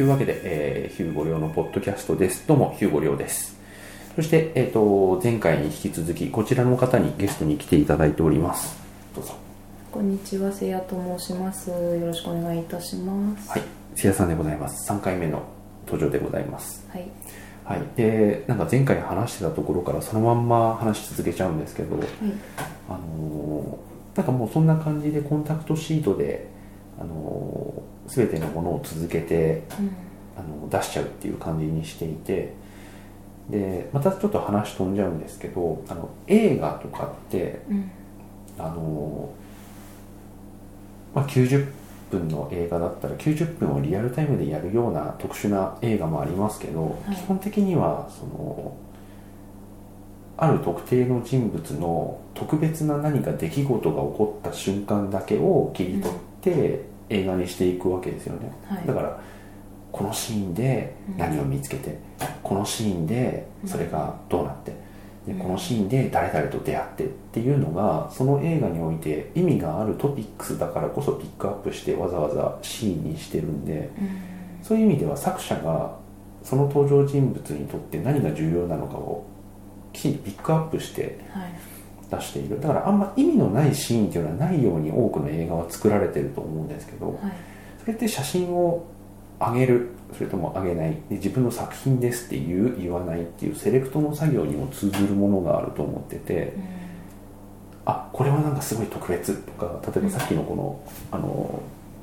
いうわけで、ヒューゴリョウのポッドキャストです。どうもヒューゴリョウです。そして、前回に引き続きこちらの方にゲストに来ていただいております。どうぞ。 こんにちは、せいやと申します。よろしくお願いいたします。 はい、せいやさんでございます。3回目の登場でございます。 はい、 はい、でなんか前回話してたところからそのまんま話し続けちゃうんですけど、はい、なんかもうそんな感じでコンタクトシートで、全てのものを続けて、出しちゃうっていう感じにしていて、でまたちょっと話飛んじゃうんですけど、映画とかって、90分の映画だったら90分をリアルタイムでやるような特殊な映画もありますけど、基本的にはある特定の人物の特別な何か出来事が起こった瞬間だけを切り取って映画にしていくわけですよね、だからこのシーンで何を見つけて、このシーンでそれがどうなって、でこのシーンで誰々と出会ってっていうのがその映画において意味があるトピックスだからこそピックアップしてわざわざシーンにしてるんで、そういう意味では作者がその登場人物にとって何が重要なのかをきちんとピックアップして出している。だからあんま意味のないシーンっていうのはないように多くの映画は作られてると思うんですけど、それって写真を上げる、それとも上げないで、自分の作品ですって言わないっていうセレクトの作業にも通ずるものがあると思ってて、あ、これはなんかすごい特別とか、例えばさっきのこの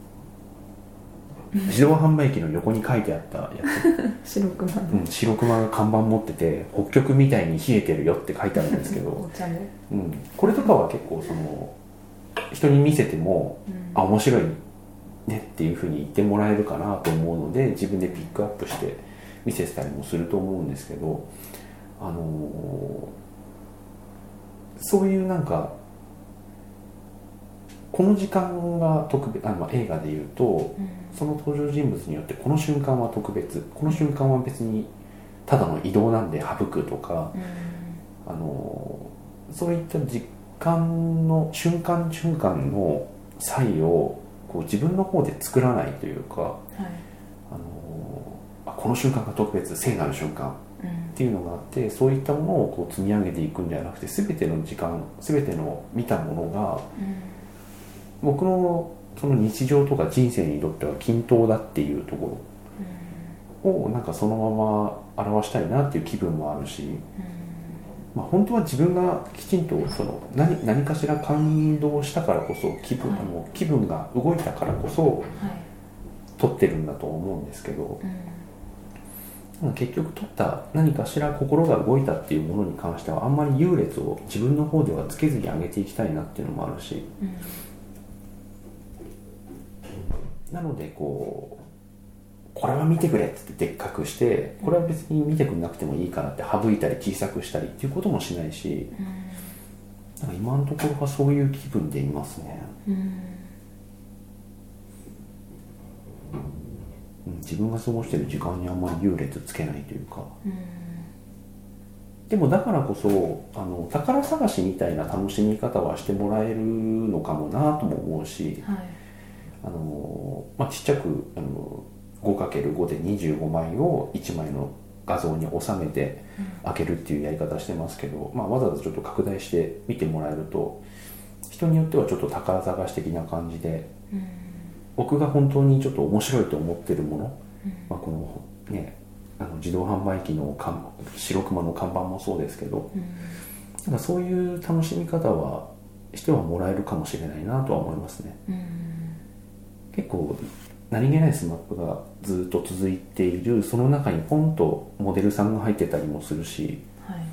自動販売機の横に書いてあったやつ白熊、 白熊が看板持ってて北極みたいに冷えてるよって書いてあるんですけどこれとかは結構人に見せても、あ、面白いねっていうふうに言ってもらえるかなと思うので、自分でピックアップして見せたりもすると思うんですけど、そういうなんかこの時間が特別、映画でいうと、その登場人物によってこの瞬間は特別、この瞬間は別にただの移動なんで省くとか、そういった時間の瞬間瞬間の差異をこう自分の方で作らないというか、この瞬間が特別、聖なる瞬間っていうのがあって、そういったものをこう積み上げていくんじゃなくて、全ての時間、全ての見たものが、僕のその日常とか人生にとっては均等だっていうところをなんかそのまま表したいなっていう気分もあるし、本当は自分がきちんと何かしら感動したからこそ気分が動いたからこそ撮ってるんだと思うんですけど、結局撮った何かしら心が動いたっていうものに関してはあんまり優劣を自分の方ではつけずに上げていきたいなっていうのもあるし、なのでこれは見てくれってでっかくして、これは別に見てくれなくてもいいかなって省いたり小さくしたりっていうこともしないし、なんか今のところはそういう気分でいますね。自分が過ごしている時間にあんまり優劣つけないというか、でもだからこそ宝探しみたいな楽しみ方はしてもらえるのかもなとも思うし、ちっちゃく5×5 で25枚を1枚の画像に収めて開けるっていうやり方してますけど、わざわざちょっと拡大して見てもらえると、人によってはちょっと宝探し的な感じで、僕が本当にちょっと面白いと思ってるもの、このね自動販売機の白熊の看板もそうですけど、なんかそういう楽しみ方はしてはもらえるかもしれないなとは思いますね。結構何気ないスマップがずっと続いている、その中にポンとモデルさんが入ってたりもするし、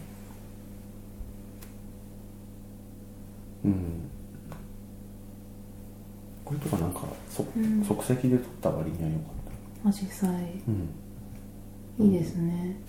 これとかなんか即席で撮った割には良かった。 アジサイ、いいですね。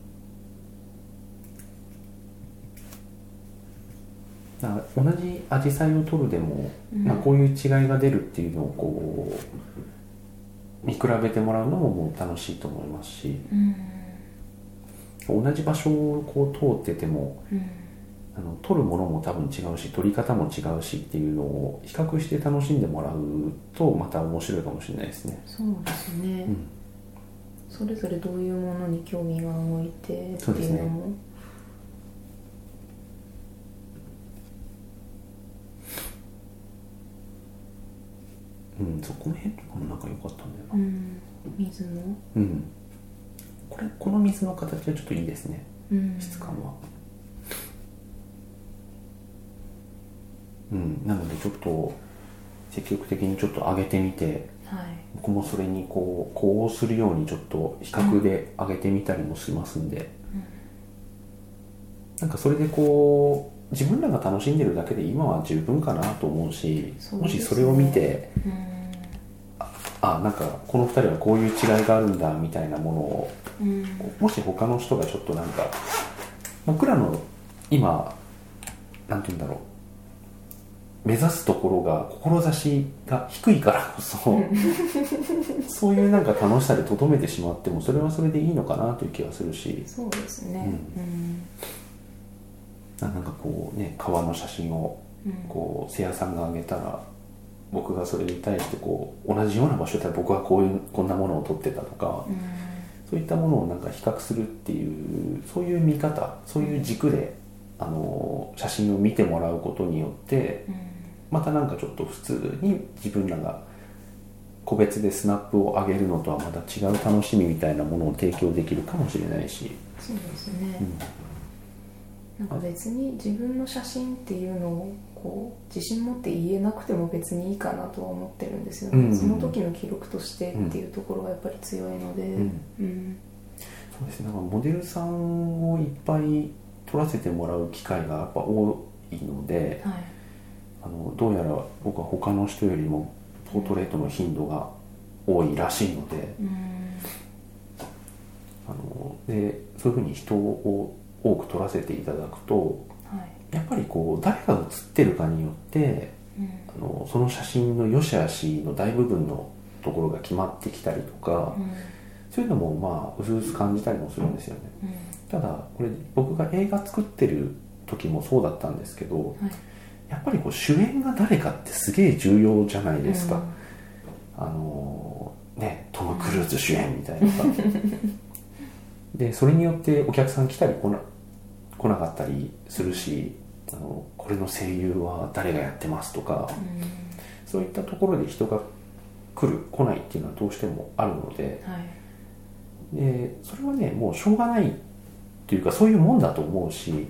同じアジサイを撮るでも、こういう違いが出るっていうのをこう見比べてもらうのももう楽しいと思いますし、同じ場所をこう通ってても、撮るものも多分違うし、撮り方も違うしっていうのを比較して楽しんでもらうとまた面白いかもしれないですね。 そうですね、 それぞれどういうものに興味が向いてっていうのも、 そこの辺とかもなんか良かったんだよな、 水の、 この水の形はちょっといいですね、質感は。なのでちょっと積極的にちょっと上げてみて、僕もそれにこうするようにちょっと比較で上げてみたりもしますんで、なんかそれでこう自分らが楽しんでるだけで今は十分かなと思うし、もしそれを見て、なんかこの2人はこういう違いがあるんだみたいなものを、もし他の人がちょっとなんか僕らの今なんて言うんだろう、目指すところが志が低いからこそそういうなんか楽しさでとどめてしまってもそれはそれでいいのかなという気がするし、 そうですね、 なんかこうね、川の写真をこう瀬谷さんが上げたら、僕がそれに対してこう同じような場所で僕はこんなものを撮ってたとか、そういったものをなんか比較するっていう、そういう見方、そういう軸で写真を見てもらうことによって、またなんかちょっと普通に自分らが個別でスナップを上げるのとはまた違う楽しみみたいなものを提供できるかもしれないし。 そうですね、なんか別に自分の写真っていうのをこう自信持って言えなくても別にいいかなとは思ってるんですよね、その時の記録としてっていうところがやっぱり強いので、 そうですね、なんかモデルさんをいっぱい撮らせてもらう機会がやっぱ多いので、どうやら僕は他の人よりもポートレートの頻度が多いらしいので、でそういうふうに人を多く撮らせていただくと、やっぱりこう誰が写ってるかによって、その写真の良し悪しの大部分のところが決まってきたりとか、そういうのもまあうすうす感じたりもするんですよね、ただこれ僕が映画作ってる時もそうだったんですけど、やっぱりこう主演が誰かってすげえ重要じゃないですか、トム・クルーズ主演みたいなさでそれによってお客さん来たり来なかったりするし、これの声優は誰がやってますとか、そういったところで人が来ないっていうのはどうしてもあるので、でそれはねもうしょうがないっていうかそういうもんだと思うし、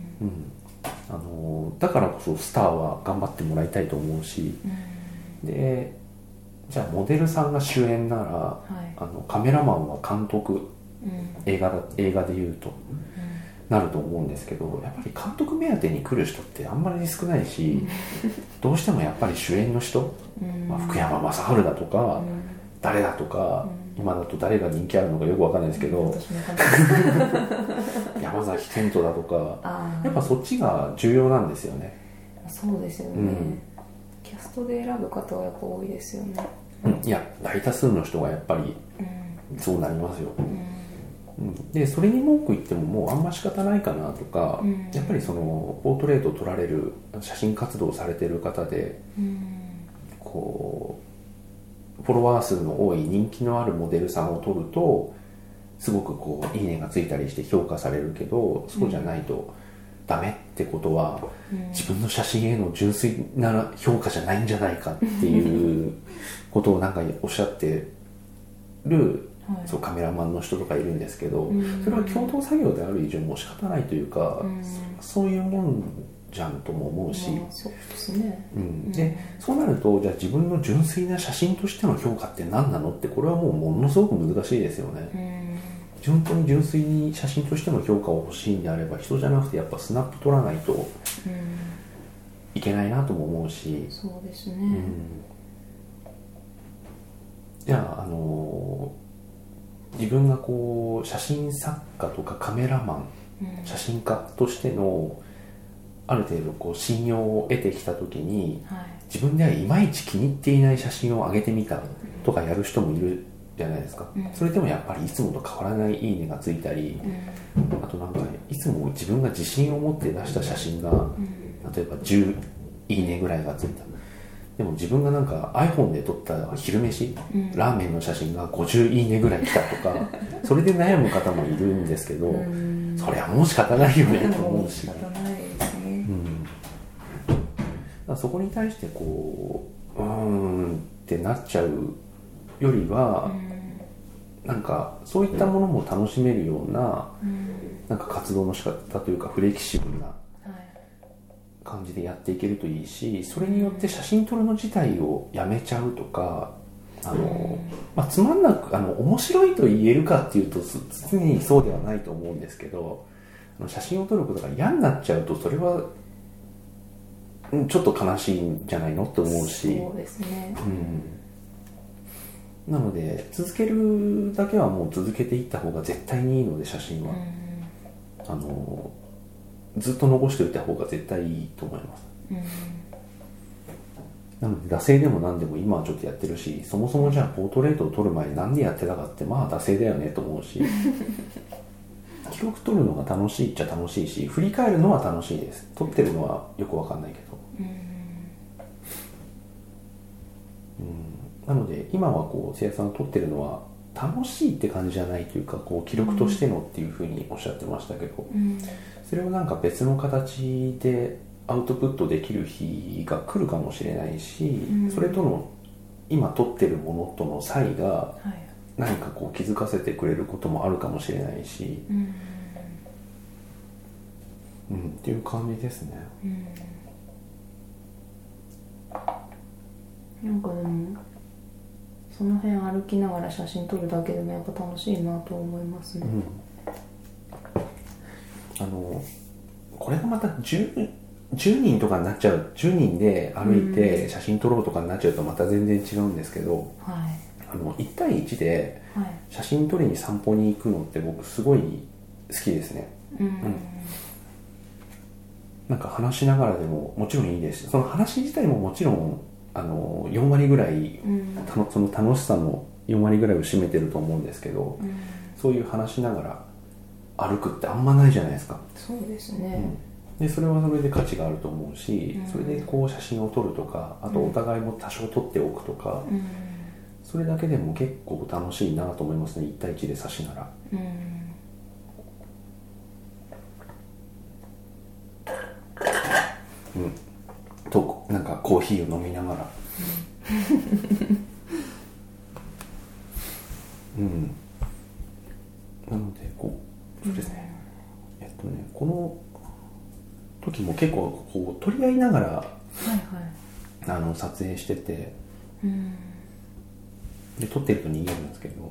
だからこそスターは頑張ってもらいたいと思うし、でじゃあモデルさんが主演なら、カメラマンは監督、映画で言うと、なると思うんですけど、やっぱり監督目当てに来る人ってあんまり少ないし、どうしてもやっぱり主演の人、福山雅治だとか、誰だとか、今だと誰が人気あるのかよくわかんないですけど、山崎賢人だとか、やっぱそっちが重要なんですよね。 そうですよね、キャストで選ぶ方はやっぱ多いですよね、 いや大多数の人がやっぱりそうなりますよ、でそれに文句言ってももうあんま仕方ないかなとか、やっぱりそのポートレートを撮られる写真活動をされてる方で、こうフォロワー数の多い人気のあるモデルさんを撮るとすごくこういいねがついたりして評価されるけど、そうじゃないとダメってことは、自分の写真への純粋な評価じゃないんじゃないかっていうことをなんかおっしゃってるそうカメラマンの人とかいるんですけど、それは共同作業である以上もう仕方ないというか、そういうもんじゃんとも思うし、 そうですね、 でそうなるとじゃあ自分の純粋な写真としての評価って何なのって、これはもうものすごく難しいですよね、本当に純粋に写真としての評価を欲しいんであれば、人じゃなくてやっぱスナップ撮らないといけないなとも思うし、 そうですね、 じゃあ自分がこう写真作家とかカメラマン、写真家としてのある程度こう信用を得てきた時に、自分ではいまいち気に入っていない写真を上げてみたとかやる人もいるじゃないですか、それでもやっぱりいつもと変わらないいいねがついたり、あとなんかいつも自分が自信を持って出した写真が、例えば10いいねぐらいがついた、 でも自分がなんか iPhone で撮った昼飯、ラーメンの写真が50いいねぐらい来たとかそれで悩む方もいるんですけど、それはもう仕方ないよねと思うし、 仕方ないですね。 だからそこに対してこうってなっちゃうよりは、なんかそういったものも楽しめるような、なんか活動の仕方というかフレキシブルな感じでやっていけるといいし、それによって写真撮るの自体をやめちゃうとか、つまんなく面白いと言えるかっていうと常にそうではないと思うんですけど、写真を撮ることが嫌になっちゃうとそれはちょっと悲しいんじゃないのって思うし、 そうですね、 なので続けるだけはもう続けていった方が絶対にいいので、写真は、ずっと残しておいた方が絶対いいと思います、なので惰性でも何でも今はちょっとやってるし、そもそもじゃあポートレートを撮る前に何でやってたかってまあ惰性だよねと思うし記録撮るのが楽しいっちゃ楽しいし、振り返るのは楽しいです。撮ってるのはよくわかんないけど、なので今はこうせいやさんが撮ってるのは楽しいって感じじゃないというか、こう記録としてのっていうふうにおっしゃってましたけど、それをなんか別の形でアウトプットできる日が来るかもしれないし、それとの今撮ってるものとの差異が何かこう気づかせてくれることもあるかもしれないし、っていう感じですね。 なんかでもその辺歩きながら写真撮るだけでもやっぱ楽しいなと思いますね。 これがまた10人とかになっちゃう、10人で歩いて写真撮ろうとかになっちゃうとまた全然違うんですけど、1対1で写真撮りに散歩に行くのって僕すごい好きですね。なんか話しながらでももちろんいいですし、その話自体ももちろん4割ぐらい、その楽しさの4割ぐらいを占めてると思うんですけど、そういう話しながら歩くってあんまないじゃないですか。 そうですね、 でそれはそれで価値があると思うし、それでこう写真を撮るとか、あとお互いも多少撮っておくとか、それだけでも結構楽しいなと思いますね、1対1で差しなら。となんかコーヒーを飲みながらなのでこうそうですね、この時も結構こう取り合いながら、撮影してて、で撮ってると逃げるんですけど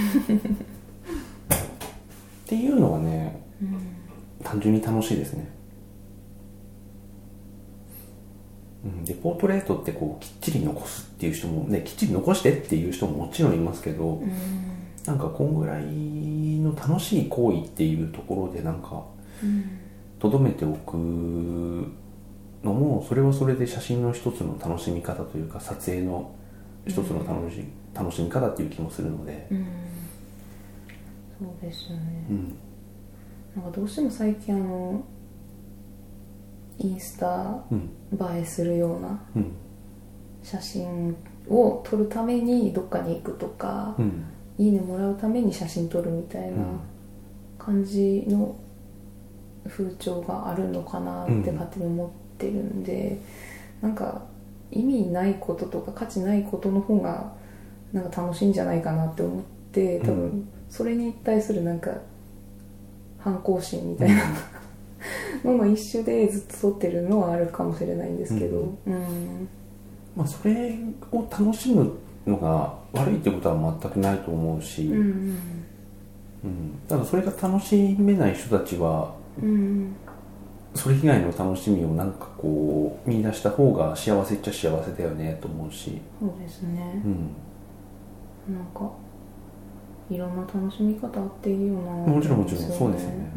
っていうのはね、単純に楽しいですね。でポートレートってこうきっちり残すっていう人もね、きっちり残してっていう人ももちろんいますけど、なんかこんぐらいの楽しい行為っていうところでなんか留めておくのも、それはそれで写真の一つの楽しみ方というか、撮影の一つの楽しみ方っていう気もするので、 そうですよね、なんかどうしても最近インスタ映えするような写真を撮るためにどっかに行くとか、いいねもらうために写真撮るみたいな感じの風潮があるのかなって勝手に思ってるんで、なんか意味ないこととか価値ないことの方がなんか楽しいんじゃないかなって思って、多分それに対するなんか反抗心みたいなのの一種でずっと撮ってるのはあるかもしれないんですけど、 それを楽しむのが悪いってことは全くないと思うし、ただそれが楽しめない人たちは、それ以外の楽しみをなんかこう見出した方が幸せっちゃ幸せだよねと思うし。 そうですね、なんかいろんな楽しみ方あっていいよな。 もちろんもちろんそうですよね、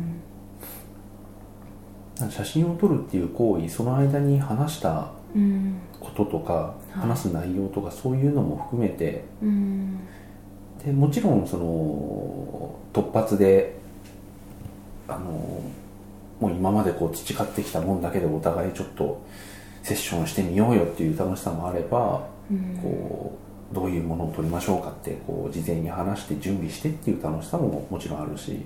写真を撮るっていう行為、その間に話したこととか、話す内容とかそういうのも含めて、でもちろんその突発でもう今までこう培ってきたもんだけでお互いちょっとセッションしてみようよっていう楽しさもあれば、こうどういうものを撮りましょうかってこう事前に話して準備してっていう楽しさももちろんあるし、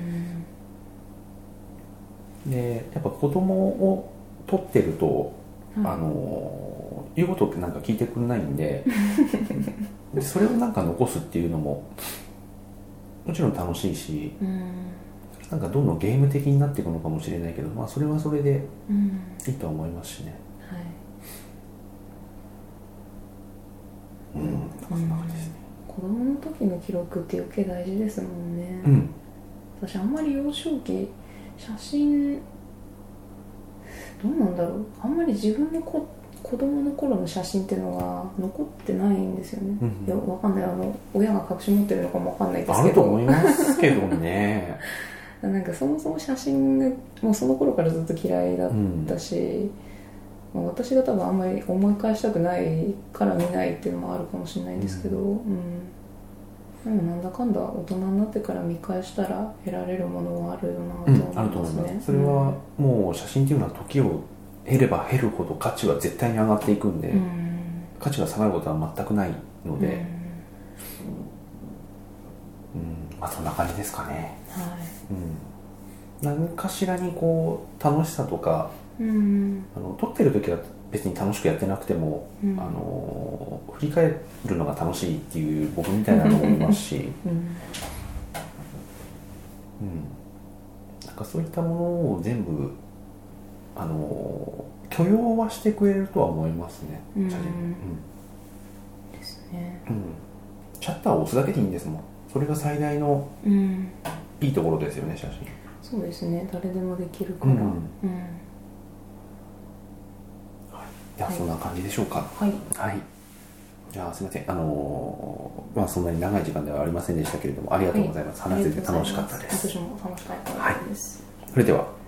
でやっぱ子供を撮ってると、言うことってなんか聞いてくれないんででそれをなんか残すっていうのももちろん楽しいし、なんかどんどんゲーム的になっていくのかもしれないけど、まあそれはそれでいいとは思いますしね。 そんな感じですね。子供の時の記録って余計大事ですもんね。私あんまり幼少期写真どうなんだろう、あんまり自分の子供の頃の写真っていうのが残ってないんですよね。いやわかんない、親が隠し持ってるのかもわかんないですけど、 あると思いますけどねなんかそもそも写真がもうその頃からずっと嫌いだったし、私が多分あんまり思い返したくないから見ないっていうのもあるかもしれないんですけど、でもなんだかんだ大人になってから見返したら得られるものはあるよなと思いますね。 それはもう写真っていうのは時を経れば経るほど価値は絶対に上がっていくんで、価値が下がることは全くないので、まあそんな感じですかね。何かしらにこう楽しさとか、撮ってる時は別に楽しくやってなくても、振り返るのが楽しいっていう僕みたいなのもいますし、なんかそういったものを全部許容はしてくれるとは思いますね。 ですね。 シャッターを押すだけでいいんですもん。それが最大のいいところですよね、写真。 そうですね、誰でもできるから。 じゃあそんな感じでしょうか。じゃあすみません、まあそんなに長い時間ではありませんでしたけれども、ありがとうございます。話せて楽しかったです。 私も楽しかったです。 それでは。